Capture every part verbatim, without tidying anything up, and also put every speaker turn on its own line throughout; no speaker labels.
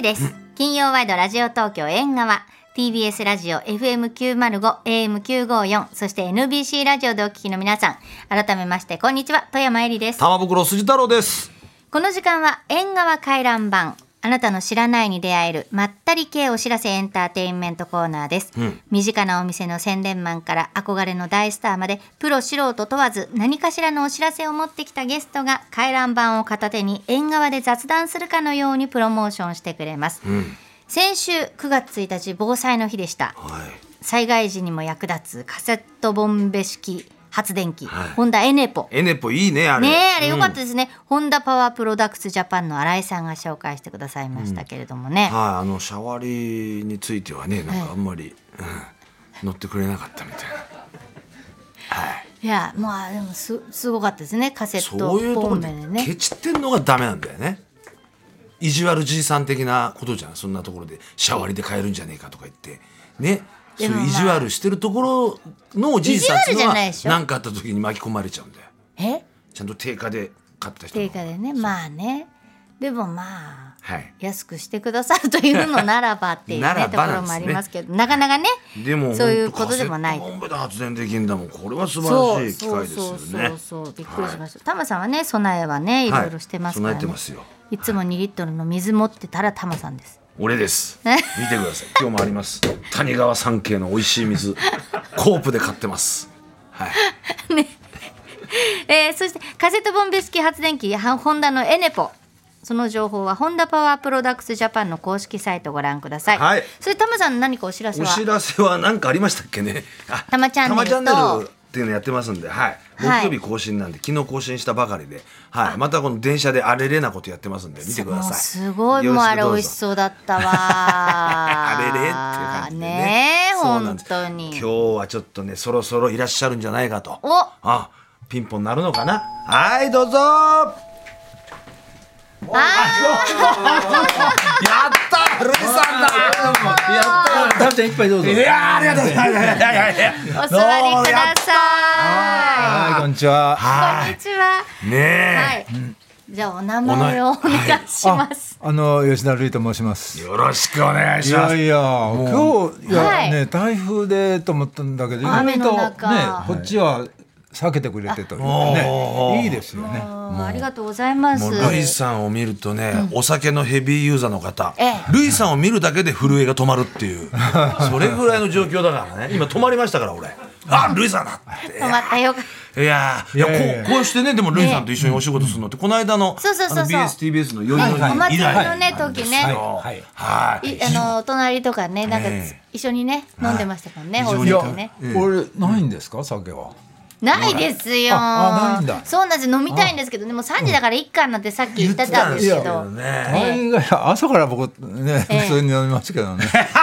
です。金曜ワイドラジオ東京縁側 ティービーエス ラジオ エフエムきゅうまるご エーエムきゅうごよん そして エヌビーシー ラジオでお聞きの皆さん、改めましてこんにちは、富山えりです。
玉袋筋太郎です。
この時間は縁側回覧版、あなたの知らないに出会えるまったり系お知らせエンターテインメントコーナーです、うん、身近なお店の宣伝マンから憧れの大スターまでプロ素人問わず何かしらのお知らせを持ってきたゲストが回覧版を片手に縁側で雑談するかのようにプロモーションしてくれます、うん、先週くがつついたち防災の日でした、はい、災害時にも役立つカセットボンベ式発電機、はい、ホンダエネポ
エネポいいねあれ
ねあれ良かったですね、うん、ホンダパワープロダクツジャパンの新井さんが紹介してくださいましたけれどもね、
うん、はい、あのシャワリについてはねなんかあんまり、はい、うん、乗ってくれなかったみたいな、
はい、いやまあでも す, すごかったですね、カセットボンベでね。そういうところで
ケチってんのがダメなんだよね。意地悪じいさん的なことじゃん。そんなところでシャワリで買えるんじゃねえかとか言ってね、そういう意地悪してるところのおじいさんっていうのは何かあった時に巻き込まれちゃうんだよ。
え
ちゃんと定価で買った人の
定価でね、まあね、でもまあ、はい、安くしてくださるというのならばっていう、ねね、ところもありますけど、なかなかねでもそういうことでもない。
カセットボンベで発電できるんだもん。これは素晴らしい機械ですよね。そうそうそう
びっくりしました、はい、タマさんはね備えはねいろいろしてますからね、はい、備えてますよ。いつもにリットルの水持ってたらタマさんです。
俺です見てください、今日もあります谷川三景の美味しい水コープで買ってます、はい
ねえー、そしてカセットボンベ式発電機ホンダのエネポ、その情報はホンダパワープロダクツジャパンの公式サイトをご覧ください、はい、それタマさん何かお知らせは
お知らせは何かありましたっけね。あ
タマチャンネルと
タマチャンネルっていうのやってますんで、はい、木曜日更新なんで、はい、昨日更新したばかりで、はい、またこの電車であれれなことやってますんで見てください。
すごい、もうあれ美味しそうだったわ
あれれっていう感じで ね,
ね本当に
今日はちょっとねそろそろいらっしゃるんじゃないかと。
お
あピンポン鳴るのかな。はいどうぞ。あやったルイさんだ。やった
タムちゃん一杯どうぞ。
いやありがとうございます。いやいやいや
お座りください。
はいこんにちは。
こんにちは
ねえ、
はい、じゃあお名前をお願いします。
はい、あ, あの吉田瑠衣と申します。
よろしくお願いします。
いやいや今日いや、はい、ね台風でと思ったんだけど意外とねこっちは避けてくれてというね、いいですよね。
ありがとうございます。
もうルイさんを見るとね、うん、お酒のヘビーユーザーの方、ええ、ルイさんを見るだけで震えが止まるっていうそれぐらいの状況だからね。今止まりましたから俺、あルイさんだって
止まったよ。
いやいや、いやいやこうこうしてね、でもルイさんと一緒にお仕事するのって、ええ、この間の ビーエスティービーエス のよいの日
お祭りのね時ね、
はいはい、
あの隣とかねなんか一緒にね飲んでましたからね、
いやこれないんですか酒は。
ないですよ。
ああないんだ。
そうなんです、飲みたいんですけど、でもさんじだからいっかなってさっき言ってたんですけど、
ね、朝から僕ね、ええ、普通に飲みますけどね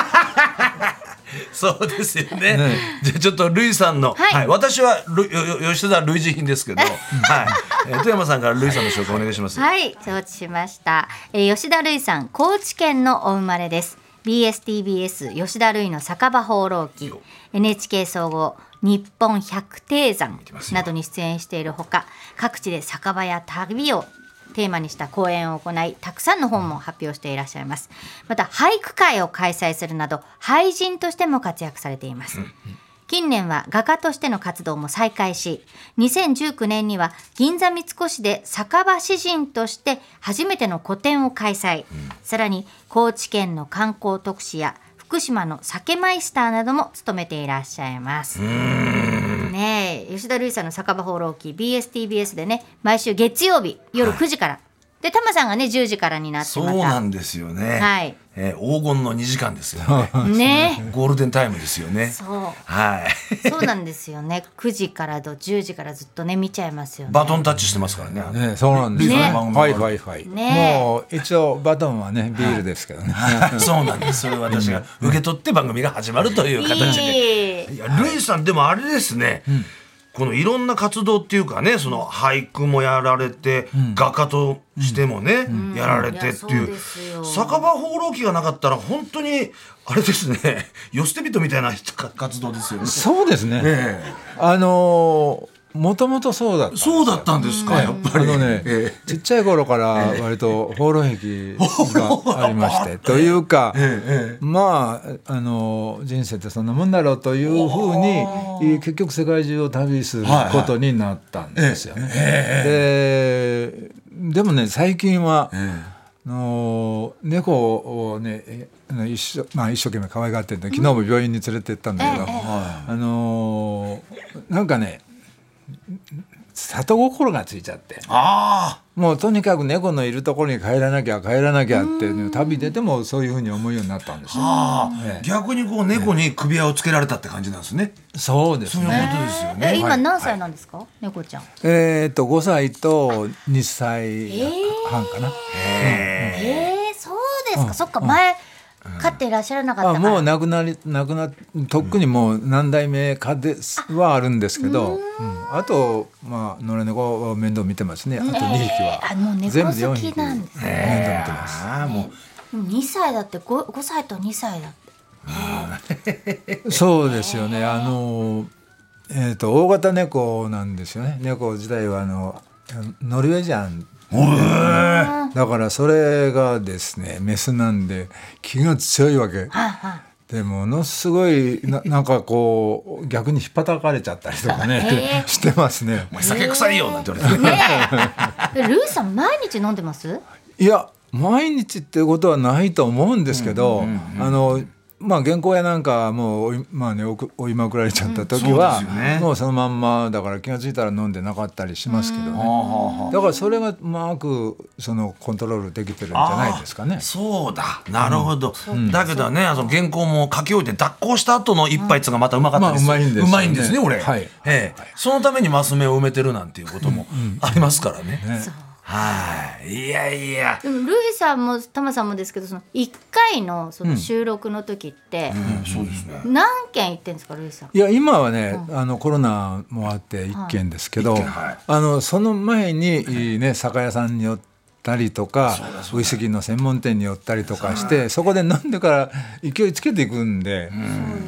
そうですよね。ねじゃあちょっとルイさんの、はいはい、私はル吉田類似品ですけど、はいえー、富山さんからルイさんの紹介お願いします。
はい承知しました、えー、吉田類さん高知県のお生まれです。 ビーエスティービーエス 吉田類の酒場放浪記、 エヌエイチケー 総合日本百低山などに出演しているほか、各地で酒場や旅をテーマにした講演を行い、たくさんの本も発表していらっしゃいます。また俳句会を開催するなど俳人としても活躍されています。近年は画家としての活動も再開し、にせんじゅうきゅうねんには銀座三越で酒場詩人として初めての個展を開催、うん、さらに高知県の観光特使や福島の酒マイスターなども務めていらっしゃいます。うーんねえ吉田類さんの酒場放浪記 ビーエスティービーエス でね毎週月曜日夜くじから、はい、でタマさんがねじゅうじからになってまた
そうなんですよね、
はい
えー、黄金のにじかんですよね
ね
ゴールデンタイムですよね。
そう、
はい、
そうなんですよねくじからとじゅうじからずっとね見ちゃいますよね。
バトンタッチしてますからね。
ねそうなんですね。はいはいはい、
ね、
もう一応バトンはねビールですけどね、
はい、そうなんです。それを私が受け取って番組が始まるという形で、いやルイさんでもあれですね、うん、このいろんな活動っていうかね、その俳句もやられて、うん、画家としてもね、うん、やられてっていう、うん、酒場放浪記がなかったら本当にあれですね、寄捨て人みたいな活動ですよね。
そうですね、ええ、あのーもともとそうだったんですよ。
そうだったんですか、やっぱり。
あのね、えー、ちっちゃい頃から割と放浪癖がありましてというか、えー、まああの人生ってそんなもんだろうというふうに結局世界中を旅することになったんですよね。で, でもね最近は、えーの猫をね一生、まあ、一生懸命可愛がってんで昨日も病院に連れて行ったんだけど、うんええ、あのなんかね里心がついちゃって、あもうとにかく猫のいるところに帰らなきゃ帰らなきゃって、ね、旅出てもそういうふうに思うようになったんですよ。あ、
ええ、逆にこう猫に首輪をつけられたって感じなんですね。
そうですね。
そういうことですよね。
え今何歳なんですか、はい、猫ちゃん。
えー、っとごさいとにさいはんかな。
へー、えー、そうですか、うん、そっか前、うん、飼っていらっしゃらなかったから。
あもう亡くなり亡くなとっくにもう何代目かですはあるんですけど、うん、あとまあ野良猫は面倒見てますね。あとにひきは、
えー、あもう猫好きなんですね。
面倒見てます。
あもうにさいだって 5, ごさいとにさいだって、
ね、そうですよね。あの、えー、と大型猫なんですよね。猫自体はあのノルウェジャンだからそれがですねメスなんで気が強いわけでものすごい な, なんかこう逆にひっぱたかれちゃったりとかねしてますね。
お前酒臭いよなんて言われて、
ね、ルーさん毎日飲んでます？
いや毎日ってことはないと思うんですけど、うんうんうんうん、あのまあ原稿やなんかもうまあね追いまくられちゃった時は、うん そ, うね、もうそのまんまだから気がついたら飲んでなかったりしますけどね。だからそれがうまくそのコントロールできてるんじゃないですかね。
そうだなるほど、うん、だけどねその原稿も書き終えて脱酵した後の一杯つがまたうまかったです、うんまあ、うまいんですよね。うまいんですね俺、はいええ、そのためにマス目を埋めてるなんていうこともありますからね、うんうんねはい、いやいや
でもルイさんもタマさんもですけどそのいっかい の, その収録の時って、うんうんそうですね、何件行ってんですかルイさん。
いや今はね、うん、あのコロナもあっていっけんですけど、はいはい、あのその前に、ね、酒屋さんによってたりとかウイスキーの専門店に寄ったりとかしてそこで飲んでから勢いつけていくんで、うん、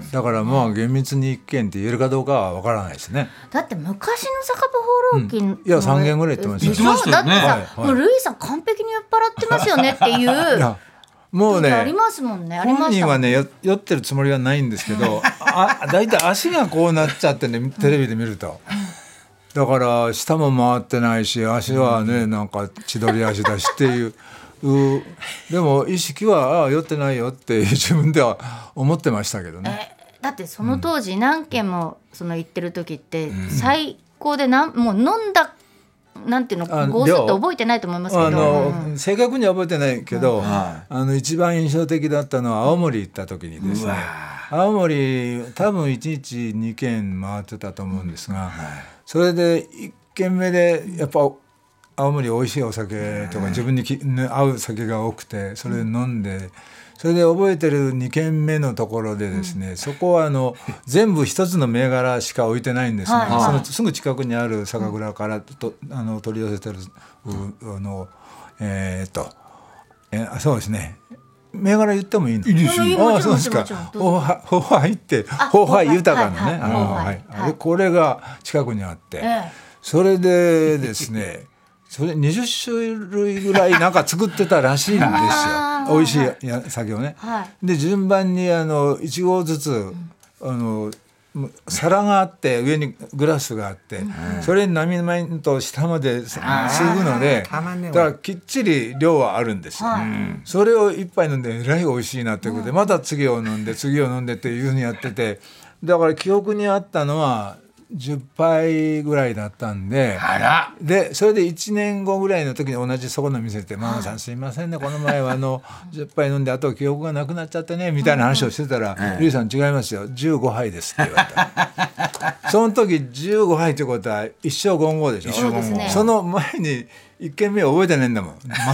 だからまあ厳密にいっけんって言えるかどうかは分からないですね。
だって昔の酒場放浪記、うん、
いやさんけんぐらい言ってましたよ。
そうだってさ、はいはい、もうルイさん完璧に酔っ払ってますよねっていういやもうねありますもんね。
本人はね酔ってるつもりはないんですけどあだいたい足がこうなっちゃってねテレビで見るとだから下も回ってないし足はねなんか千鳥足だしっていうでも意識はああ酔ってないよって自分では思ってましたけどね。
えだってその当時何軒もその行ってる時って最高でなんもう飲んだなんていうの号数って覚えてないと思いますけどあの、
うん、正確には覚えてないけど、うん、あの一番印象的だったのは青森行った時にですね、うん、青森多分いちにちにけん回ってたと思うんですが、うんそれでいっけんめでやっぱ青森美味しいお酒とか自分にき、ね、合う酒が多くてそれで飲んでそれで覚えてるにけんめのところでですね、うん、そこはあの全部一つの銘柄しか置いてないんですが、はいはい、そのすぐ近くにある酒蔵からとあの取り寄せてるあのえー、っとえそうですね銘柄言ってもいいの？いいですよ。ああそうですか。ホハイってホハイ豊かのね、あのはいあれこれが近くにあって、それでですね、それにじゅっしゅるいぐらいなんか作ってたらしいんですよ。美味しい酒をね。で順番にあのいちごうずつあの皿があって上にグラスがあって、うん、それになみなみと下まで吸うのでだからきっちり量はあるんですよ、うん、それを一杯飲んでえらい美味しいなということで、うん、また次を飲んで次を飲んでっていうふうにやっててだから記憶にあったのはじゅっぱいぐらいだったんであらでそれでいちねんごぐらいの時に同じそこの店でママさんすいませんねこの前はあのじゅっぱい飲んであと記憶がなくなっちゃってねみたいな話をしてたら「リュウさん違いますよじゅうごはいです」って言われたその時じゅうごはいってことは一生言語でしょ。
そうですね。
その前にいっけんめ覚えてないんだもん全く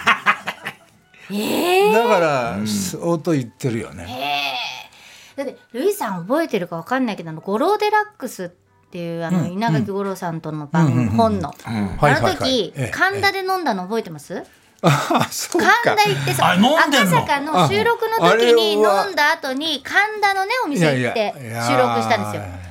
えー、
だから相当言ってるよね、
えー、だってルイさん覚えてるか分かんないけど五郎デラックスっていうあの稲垣吾郎さんとの番、うん、本の、うんうん、あの時、はいはいはい、神田で飲んだの覚えてます？
あそうか
神田行ってさ赤坂の収録の時に飲んだ後に神田のねお店行って収録したんですよ。そう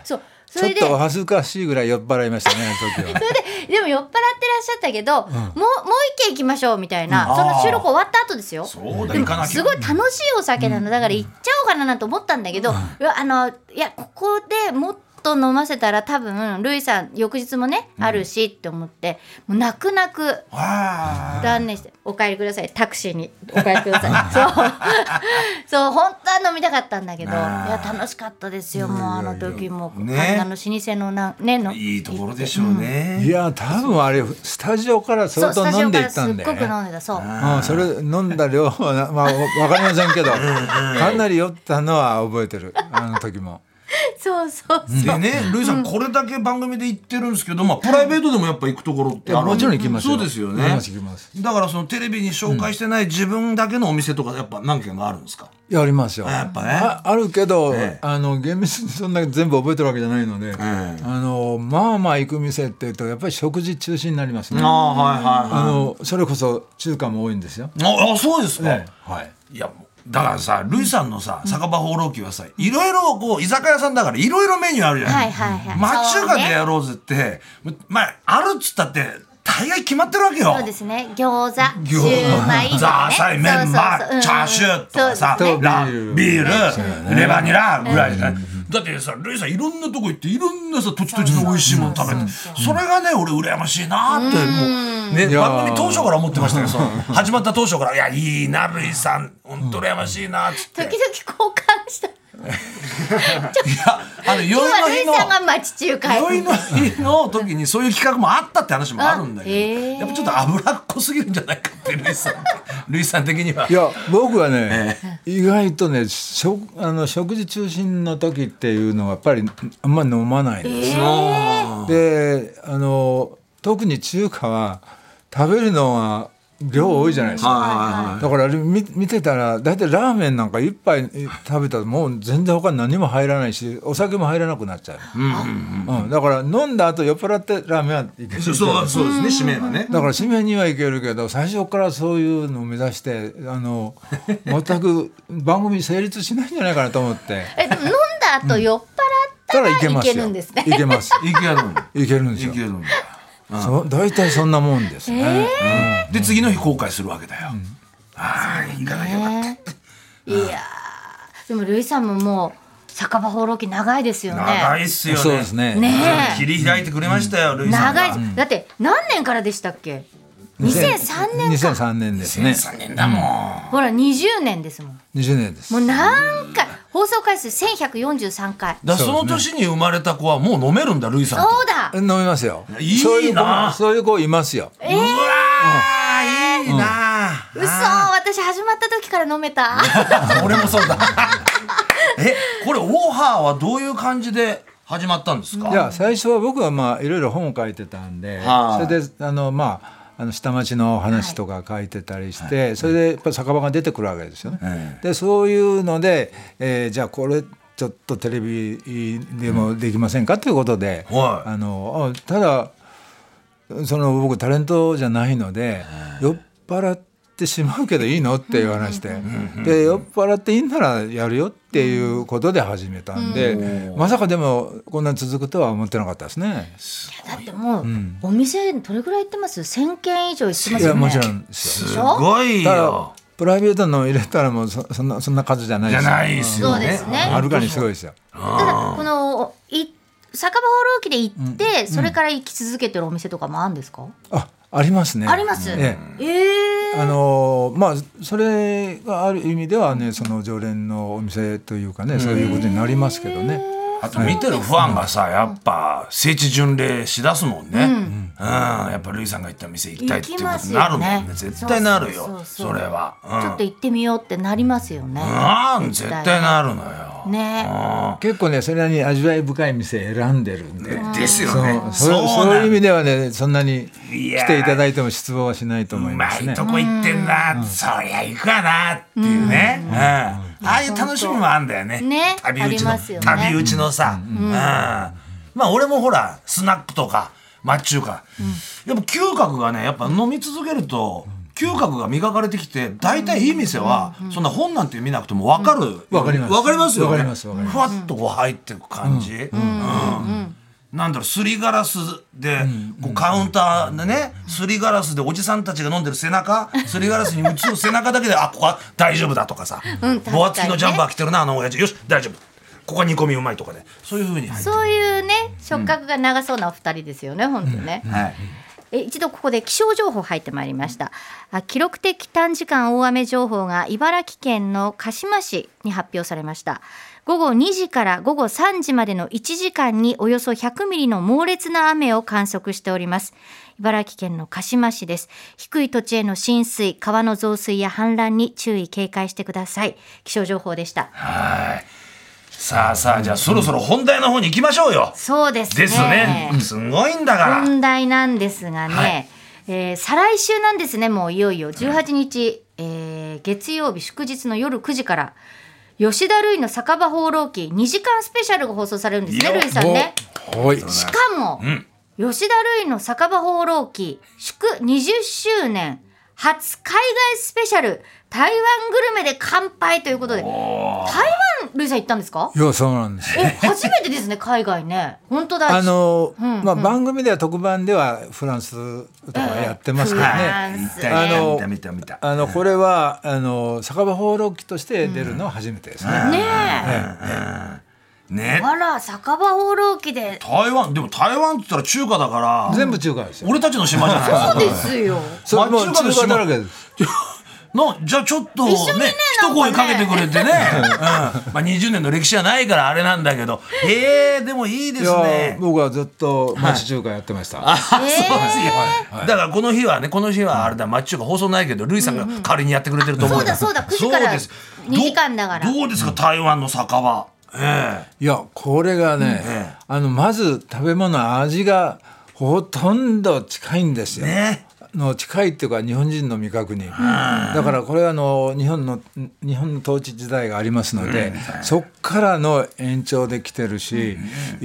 ちょっと恥ずかしいぐらい酔っ払いましたねあの時は。
それででも酔っ払ってらっしゃったけど、うん、もうもう一軒行きましょうみたいな、うん、その収録終わった後ですよ。
そうだ、
でもすごい楽しいお酒なのだから行っちゃおうかなと思ったんだけど、うん、いやあのいやここでもっと飲ませたら多分ルイさん翌日もね、うん、あるしって思ってもう泣く泣く断念してお帰りくださいタクシーにお帰りくださいそうそう本当は飲みたかったんだけどいや楽しかったですよ。もうあの時も神田の老舗のな、ね、の
いいところでしょうね、
うん、いや多分あれスタジオから相当飲んでいったんだよね。
すっごく飲んでた。そう、
うん、それ飲んだ量は、まあ、分かりませんけどかなり酔ったのは覚えてるあの時も。
そうそうそう
でね、ルイさん、うん、これだけ番組で行ってるんですけど、まあ、プライベートでもやっぱ行くところってある。
もちろん行きますよ。
そうですよね。だからそのテレビに紹介してない自分だけのお店とかやっぱ何軒があるんですか？
いやありますよ。
やっぱね
あ, あるけど、ええ、あの厳密にそんな全部覚えてるわけじゃないので、ええ、あのまあまあ行く店っていうとやっぱり食事中心になりますね。あ、はいはいはい、あのそれこそ中華も多いんですよ。
ああそうですか、
ええ、はい。
いやだからさ、ルイさんのさ、酒場放浪記はさ、いろいろこう居酒屋さんだからいろいろメニューあるじゃない、はいはいはい、町中華でやろうぜって、ね、まああるっつったって大概決まってるわけよ。
そうですね。餃子、シューマイ、
ザーサイ、メンマ、チャーシューとかさ、ね、ラビール、レバニラぐらいじゃない、うん、だってさ、ルイさんいろんなとこ行っていろんなさ土地土地の美味しいもの食べて、それがね俺羨ましいなってもう。ね、番組当初から思ってましたけど始まった当初からいやいいなルイさん本当羨ましいなっつって
時々交換したい
やあの宵の日の宵の日の時にそういう企画もあったって話もあるんだけどやっぱちょっと脂っこすぎるんじゃないかってルイさんルイさん的には。い
や僕はね、えー、意外とね食あの食事中心の時っていうのはやっぱりあんまり飲まないんですよ、えー、であの特に中華は食べるのは量多いじゃないですか、うん、だから見, 見てたらだいたいラーメンなんか一杯食べたらもう全然他に何も入らないしお酒も入らなくなっちゃう、うんうんうん、だから飲んだ後酔っ払ってラーメンはいける。
そうそうそうですね、締めはね。
だから締めにはいけるけど最初からそういうのを目指してあの全く番組成立しないんじゃないかなと思って
えでも飲んだ後酔っ払ったらいけるんですね。
いけます
いける
いけるんですよ。
いけるんだ。
そう、大体そんなもんですね、
えー
うん、で次の日後悔するわけだよ、うん、ああ行かなきゃよかった、
いやでもルイさんももう酒場放浪記長いですよね。
長いっすよね。
そうですね。
ね
切り開いてくれましたよ、うん、ルイさんが
長い。だって何年からでしたっけ？にせんさんねんか。
にせんさんねんですね。
にせんさんねんだもん、うん、
ほらにじゅうねんですもん。
にじゅうねんです。
もう何回放送回数せんひゃくよんじゅうさんかい
だ。その年に生まれた子はもう飲めるんだルイさんと。
そうだ
飲めますよ。
いいな
そういう子、そういう子いますよ。
えー、う
わー、うん、いいな、
うん、嘘私始まった時から飲めた
俺もそうだえこれオーハーはどういう感じで始まったんですか？
いや最初は僕はまあいろいろ本を書いてたんで、それであのまああの下町の話とか書いてたりして、はい、それでやっぱ酒場が出てくるわけですよね、はい、でそういうので、えー、じゃあこれちょっとテレビでもできませんかということで、うん、あのただその僕タレントじゃないので、はい、酔っ払ってしまうけどいいのっていう話で、うん、で酔っ払っていいならやるよっていうことで始めたんで、うん、まさかでもこんなに続くとは思ってなかったですね。
だってもう、うん、お店どれぐらい行ってます？せんけん以上行ってますよね。
いやもちろんです
よ。すごいよ。
プライベートの入れたらもう そ, そ, んなそんな数じゃないですよ。
じゃないですよね。
そうですね。
はるかにすごいですよ。
ただこのい酒場放浪記で行って、うん、それから行き続けてるお店とかもあるんですか？
あ、ありますね。
あります。
えええー、あのまあそれがある意味ではねその常連のお店というかね、うん、そういうことになりますけどね。
あと見てるファンがさやっぱ聖地巡礼しだすもんね、うんうん、やっぱルイさんが行った店行きたいっていうことになるもんね。絶対なるよ。そうそうそうそうそれは、うん、
ちょっと行ってみようってなりますよね。
うん、絶対なるのよ、
ね、
結構ねそれなりに味わい深い店選んでるんで、
うん、ですよね。
そう、そう、そういう意味ではねそんなに来ていただいても失望はしないと思いますね。
うまいとこ行ってんな、うん、そりゃ行くかなっていうね、うんうんうん、ああいう楽しみもあるんだよね。
ね、
旅打ちの、
ね、
旅打ちのさ、うんうんうん、まあ俺もほらスナックとか町中華、うん、やっぱ嗅覚がねやっぱ飲み続けると嗅覚が磨かれてきて、大体いい店はそんな本なんて見なくても分かる。
分かります。
分かりますよね。
分かります。
ふわっとこう入っていく感じ。うんうんなんだろう、すりガラスで、こうカウンターでね、すりガラスでおじさんたちが飲んでる背中、すりガラスに映る背中だけで、あ、ここは大丈夫だとかさ、ボア付きのジャンバー着てるな、あの親父、よし、大丈夫。ここは煮込みうまいとかね、そういう風に。
そういうね、触覚が長そうなお二人ですよね、本当ね。はい。え一度ここで気象情報入ってまいりました。あ記録的短時間大雨情報が茨城県の鹿嶋市に発表されました。ごごにじからごごさんじまでのいちじかんにおよそひゃくミリの猛烈な雨を観測しております。茨城県の鹿嶋市です。低い土地への浸水、川の増水や氾濫に注意警戒してください。気象情報でした。
はいさあさあじゃあそろそろ本題の方に行きましょうよ。
そうですね。
ですね。すごいんだから。
本題なんですがね、はい、えー、再来週なんですね。もういよいよじゅうはちにち、えー、月曜日祝日の夜くじから吉田類の酒場放浪記にじかんスペシャルが放送されるんですね。類さんね。しかも、うん、吉田類の酒場放浪記祝にじゅっしゅうねん初海外スペシャル台湾グルメで乾杯ということで、台湾類さん行ったんですか？
いやそうなんです。
え初めてですね海外ね。本当だ。
あの、うんうん、まあ番組では特番ではフランスとかやってますけどね。
えー、あの見た見た見た。
あのこれはあの酒場放浪記として出るのは初めてですね。
うん、ね
え。ね、
あら酒場放浪記で
台湾でも台湾って言ったら中華だから
全部中華ですよ。
俺たちの島じゃない
ですか。そうですよ。
それも中華だらけです。
のじゃあちょっとね一声かけてくれてね、うんまあ、にじゅうねんの歴史はないからあれなんだけどえー、でもいいですね。
僕はずっと町中華やってました、
はい、あそうですよ、はい、だからこの日はねこの日はあれだ町中華放送ないけどルイさんが代わりにやってくれてると思う、
うんうん、そうだそうだくじからにじかんだから。
どうですか台湾の酒場。え
ー、いやこれがね、うんえー、あのまず食べ物味がほとんど近いんですよ、ねの近いっていうか日本人の味覚に、だからこれはあの日本の日本の統治時代がありますので、うん、そっからの延長できてるし、うん、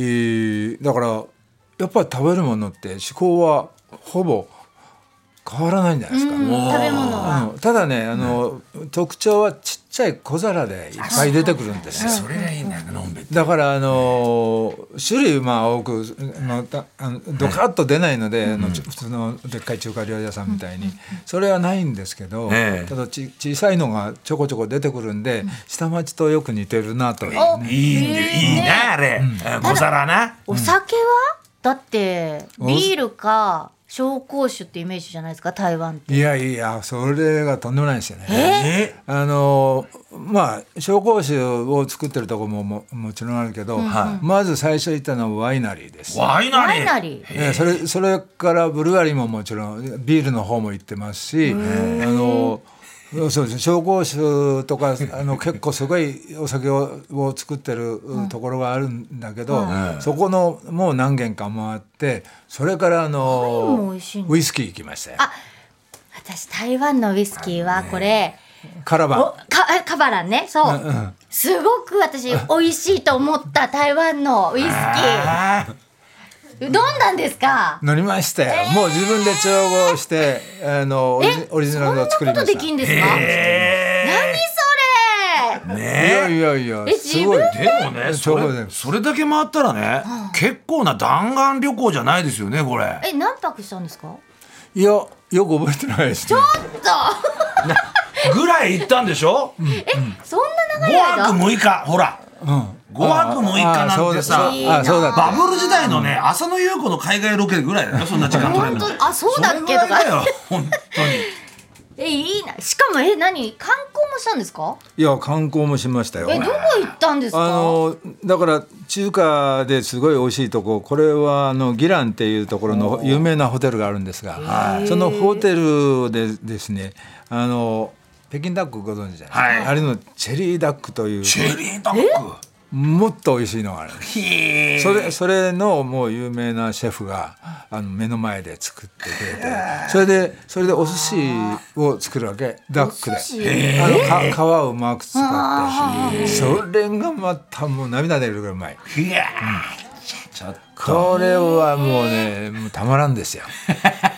だからやっぱり食べるものって思考はほぼ変わらないんじゃないですか。
うん、食べ物は、
うん、ただねあの、うん、特徴はちっちゃい小皿でいっぱい出てくるんですよ。
それがいいんだよのんべって。
だからあの種類まあ多くのあのドカッと出ないので、はい、あの普通のでっかい中華料理屋さんみたいに、うん、それはないんですけど、ええ、ただち小さいのがちょこちょこ出てくるんで、うん、下町とよく似てるなと、ね、
いいねいいなあれ、うん、小皿な。
お酒は、うん、だってビールか紹興酒ってイメージじゃないですか台湾って。
いやいやそれがとんでもないですよね。えー、あのまあ紹興酒を作ってるところ も, ももちろんあるけど、うんうん、まず最初言ったのはワイナリーです。
ワイナリー、
ワイナリー、
えー、それそれからブルワリーももちろんビールの方も行ってますし、あのそうです紹興酒とかあの結構すごいお酒 を, を作ってるところがあるんだけど、うんうん、そこのもう何軒か回ってそれからあのウイスキー行きましたよ。
あ私台湾のウイスキーはこれ、
ね、カラバン
かカバランねそう、うんうん、すごく私美味しいと思った台湾のウイスキーどんなんですか？
乗りましたよ、えー、もう自分で調合してあのオリジナルを作りました。そんなこと
できんですか？えー、何それ、
ね、いやいやいやすごい。
でもねそれ、それだけ回ったらね、うん、結構な弾丸旅行じゃないですよねこれ。
え何泊したんですか？
いやよく覚えてないですね。
ちょっ
とぐらい行ったんでしょ、うん、
えそんな長い間
ごはくむいかほら、うんごはくむいかなんてさバブル時代のね浅野ゆう子の海外ロケぐらいだよそんな時間取れるの。
あそうだっけとか
本当に
えいいな。しかもえ何観光もしたんですか？
いや観光もしましたよ。
えどこ行ったんですか？
あのだから中華ですごい美味しいとここれはあのギランっていうところの有名なホテルがあるんですがそのホテルでですねあの北京ダックご存知じゃないですか、はい、あれのチェリーダックという
チェリーダック
もっと美味しいのがある。それ、それのもう有名なシェフがあの目の前で作ってくれてそれでそれでお寿司を作るわけダックであのか皮をうまく使ってそれがまたもう涙出るぐらいうまい。いや、うん、ちょっとこれはもうねもうたまらんですよ。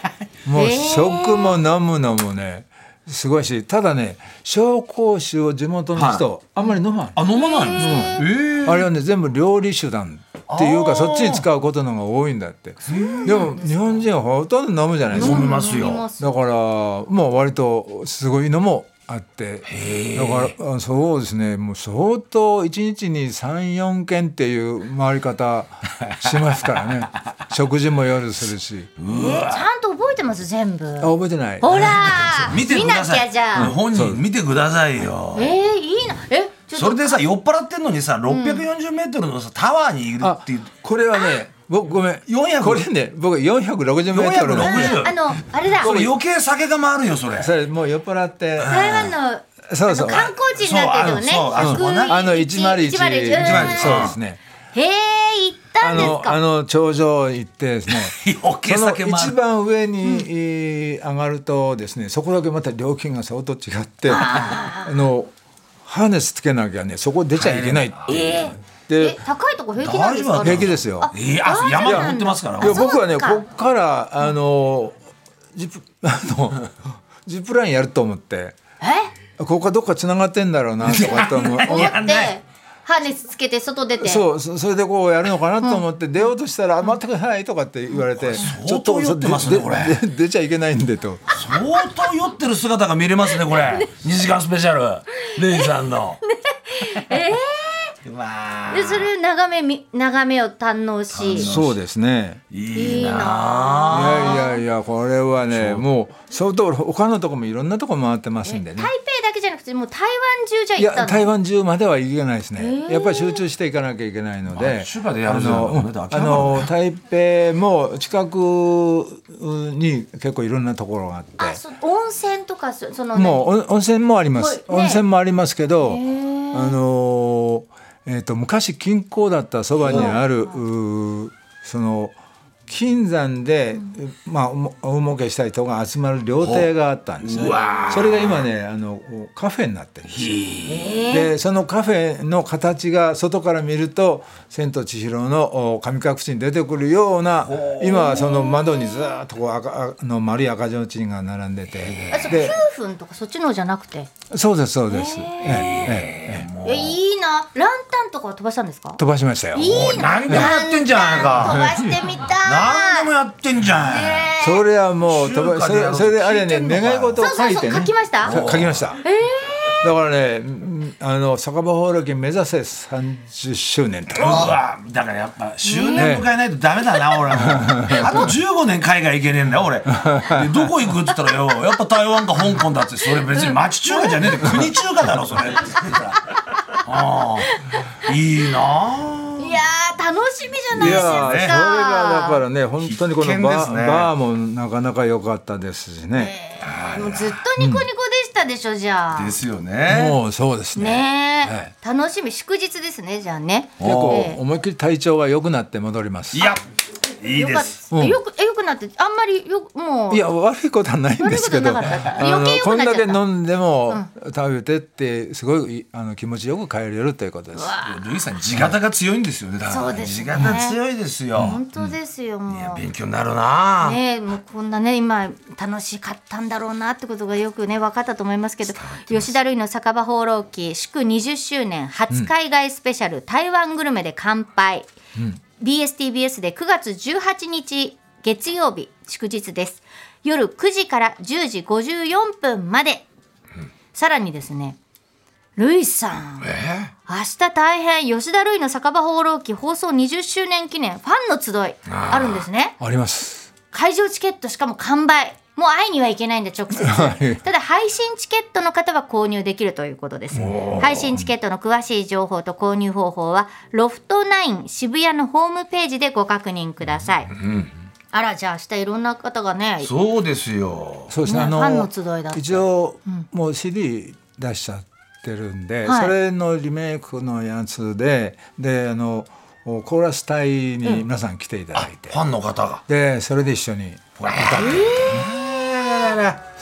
もう食も飲むのもねすごいし、ただね紹興酒を地元の人、はい、あんまり飲まない。
あ、飲まないんですか。え
ー、あれはね全部料理酒なんっていうかそっちに使うことの方が多いんだって。でも日本人はほとんど飲むじゃないですか。
飲みますよ。
だからもう割とすごいのもあって、だからそうですね、もう相当いちにちに さん,よん 件っていう回り方しますからね食事も夜するし。
えー、ちゃんと覚えてます全部。
あ、覚えてない。
ほら
見てください。
見なきゃじゃあ
本人見てくださいよ。
えー、いいな。え
それでさ酔っ払ってんのにさろっぴゃくよんじゅうメートルのさタワーにいるっていう。
これはね僕ごめん
よんひゃく
これね僕よんひゃくろくじゅうメートルの
よんひゃくろくじゅう
あのあれだ
それ余計酒が回るよそれ。
それもう酔っ払って
台湾の
そうそう
観光地になってるのね。
そうあのそう
あのいちまるいち、そう
そう
ですね。
へえ、行ったんですか。
あのあの頂上行ってですね
余計酒回る。
その一番上に、うん、上がるとですねそこだけまた料金が相当違ってあのハーネスつけなきゃねそこ出ちゃいけないっていう、
えー、でえ高いとこ平気なんですか。
平気ですよ。
えー、あ山登ってますから。
いや僕はねこっからあのジップあのジップラインやると思って
え
ここがどっかつながってんだろうなとかと思って
ハーネスつけて外出て
そうそれでこうやるのかなと思って出ようとしたら「待ってください」とかって言われて
相当酔ってますねこれ。
出ちゃいけないんでと
相当酔ってる姿が見れますねこれにじかんスペシャルレイさんの
えー、でそれ眺めみ眺めを堪能し。
そうですね。
いいな。
いやいやいやこれはねもう相当他のとこもいろんなとこ回ってますんでね。
台北だけじゃなくてもう台湾中じゃ行ったの。
いや台湾中までは行けないですね。やっぱり集中していかなきゃいけないので、
あの
あの台北も近くに結構いろんなところがあって、
あそ温泉とかその、
ね、もう温泉もあります、ね、温泉もありますけど、あのえー、と昔近郊だったそばにある、うん、その金山で、うんまあ、大儲けしたい人が集まる料亭があったんですね。それが今ねあのカフェになってるんですよ。でそのカフェの形が外から見ると千と千尋の神隠しに出てくるような今はその窓にずっとこう赤あの丸い赤ちょうちんが並んでて
あそきゅうふんとかそっちのじゃなくて。
そうですそうです。え
えええいいな。ランタンとかは飛ばしたんですか。
飛ばしましたよ。
いいな。
何でもやってんじゃないか。
飛ばしてみたい。
何でもやってんじゃん。
それはもう飛ばそれそれであれね願い事を書いてね。
書きました。
書きました。だからねあの酒場放浪記目指せさんじゅっしゅうねんと。
うわだからやっぱ周年迎えないとダメだな俺も。あとじゅうごねん海外行けねえんだよ俺。でどこ行くって言ったらよやっぱ台湾か香港だって。それ別に町中華じゃねえで国中華だろそれ。ああいいない
や楽しみじゃないですか。いやそれ
がだからね本当にこのバー、ね、バーもなかなか良かったですしね、
えー、もうずっとニコニコでしたでしょ、うん、じゃあ
ですよね。
もうそうですね
ね、はい、楽しみ祝日ですねじゃあね。
結構思いっきり体調が良くなって戻ります。
いやいいです。
よ, よくよくなってあんまりよもう
いや悪いことはないんですけど、あのこんだけ飲んでも、うん、食べてってすごいあの気持ちよく帰れるということです。
ルイさん地形が強いんですよね。だからね、地形強いですよ。
本当ですよ、うん、もういや
勉強になるな。
ねもうこんなね今楽しかったんだろうなってことがよくね分かったと思いますけど、吉田類の酒場放浪記祝にじゅっしゅうねん初海外スペシャル、うん、台湾グルメで乾杯。うん、ビーエスティービーエス でくがつじゅうはちにち月曜日祝日です。夜くじからじゅうじごじゅうよんぷんまで、うん、さらにですねルイさん、えー、明日大変吉田類の酒場放浪記放送にじゅっしゅうねん記念ファンの集いあるんですね。
あります。
会場チケットしかも完売。もう会いには行けないんで直接ただ配信チケットの方は購入できるということです。配信チケットの詳しい情報と購入方法はロフトナイン渋谷のホームページでご確認ください、うん、あらじゃあ明日いろんな方がね。
そうですよ。
そうですね、
あのファンの集いだって
一応、うん、もう シーディー 出しちゃってるんで、はい、それのリメイクのやつでであのコーラス隊に皆さん来ていただいて、
うん、ファンの方が
でそれで一緒に歌って、えー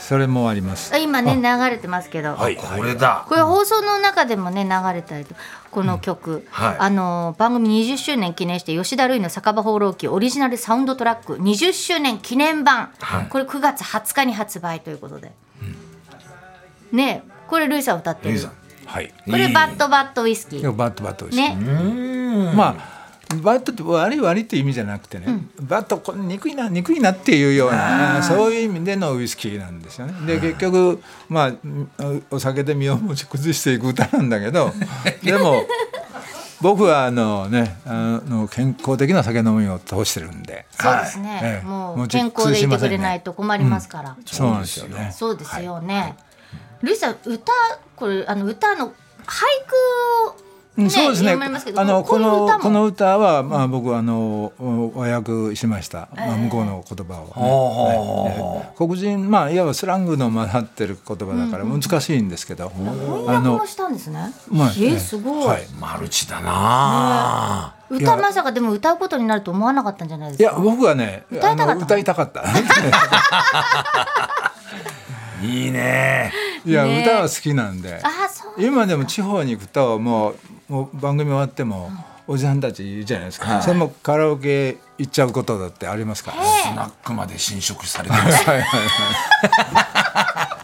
それもあります。
今ね流れてますけど、
はい、これだ。
これ放送の中でもね流れたりと、この曲、うんはい、あの番組にじゅっしゅうねん記念して吉田類の酒場放浪記オリジナルサウンドトラックにじゅっしゅうねん記念版、はい、これくがつはつかに発売ということで、うん、ねこれ類さん歌ってる。
はい、
これバッドバッドウイスキー。
バッドバッドウイスキー。
ね。
まあバッドって悪い悪いっていう意味じゃなくてね、うん、バッドこれ憎いな憎いなっていうようなそういう意味でのウイスキーなんですよね。で結局まあお酒で身を持ち崩していく歌なんだけどでも僕はあのねあの健康的な酒飲みを通してるんで。
そうですね、はい、もう健康でいてくれないと困りますから、うん、
そうなんですよね。
そうですよね、はい、ルイさん歌これあの歌の俳句ね、
そうですね。あのこのこの歌はまあ僕はあの和訳しました。まあ向こうの言葉を、ね。黒人まあいわばスラングの混ざってる言葉だから難しいんですけど。
翻訳もしたんですね。まあ、えすごい、はい。
マルチだな。
ね、歌まさかでも歌うことになると思わなかったんじゃないですか。
いや僕はね
歌いたかった。
歌いたかった。
いいね。
いや、ね、歌は好きなんで。
あそう
今でも地方に行くともう。もう番組終わってもおじさんたちいるじゃないですか、はい、それもカラオケ行っちゃうことだってありますから、ね、
スナックまで侵食されてますはいはい、はい、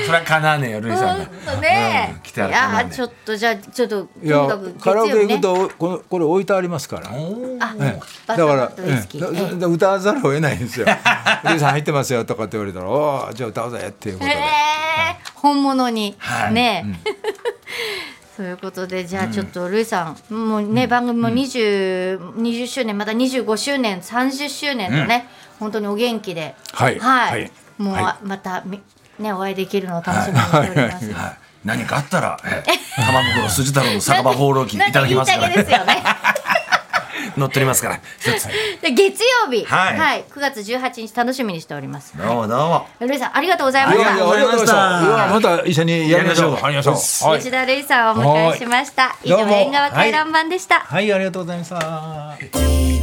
それはかなわねえよルイさんが、
ね
うん、来てある
いやちょっとじゃあちょっとと
にかくカラオケ行くとこれ、これ置いてありますから、
あ、
ね、だから、ね、歌わざるを得ないんですよルイさん入ってますよとかって言われたらおーじゃあ歌うぜっていうことで、
はい、本物に、はい、ね、うんということでじゃあちょっとルイさん、うん、もうね、うん、番組もにじゅう、にじゅっしゅうねんまたにじゅうごしゅうねんさんじゅっしゅうねんとね、うん、本当にお元気で
はい、
はい
はい、
もう、はい、またねお会いできるのを楽しみにしております、はいはいはいはい、
何かあったら玉袋筋太郎の酒場放浪記いただきますからね
ですよね
乗っておりますから
で月曜日、はいはい、くがつじゅうはちにち楽しみにしております。
どうもどうも
ルイさんありがとうございました。
ありがとうございました。また一緒にやりましょう。
吉田ルイさんをお迎えしました。以上縁側回覧版でした。
はい、はい、ありがとうございました。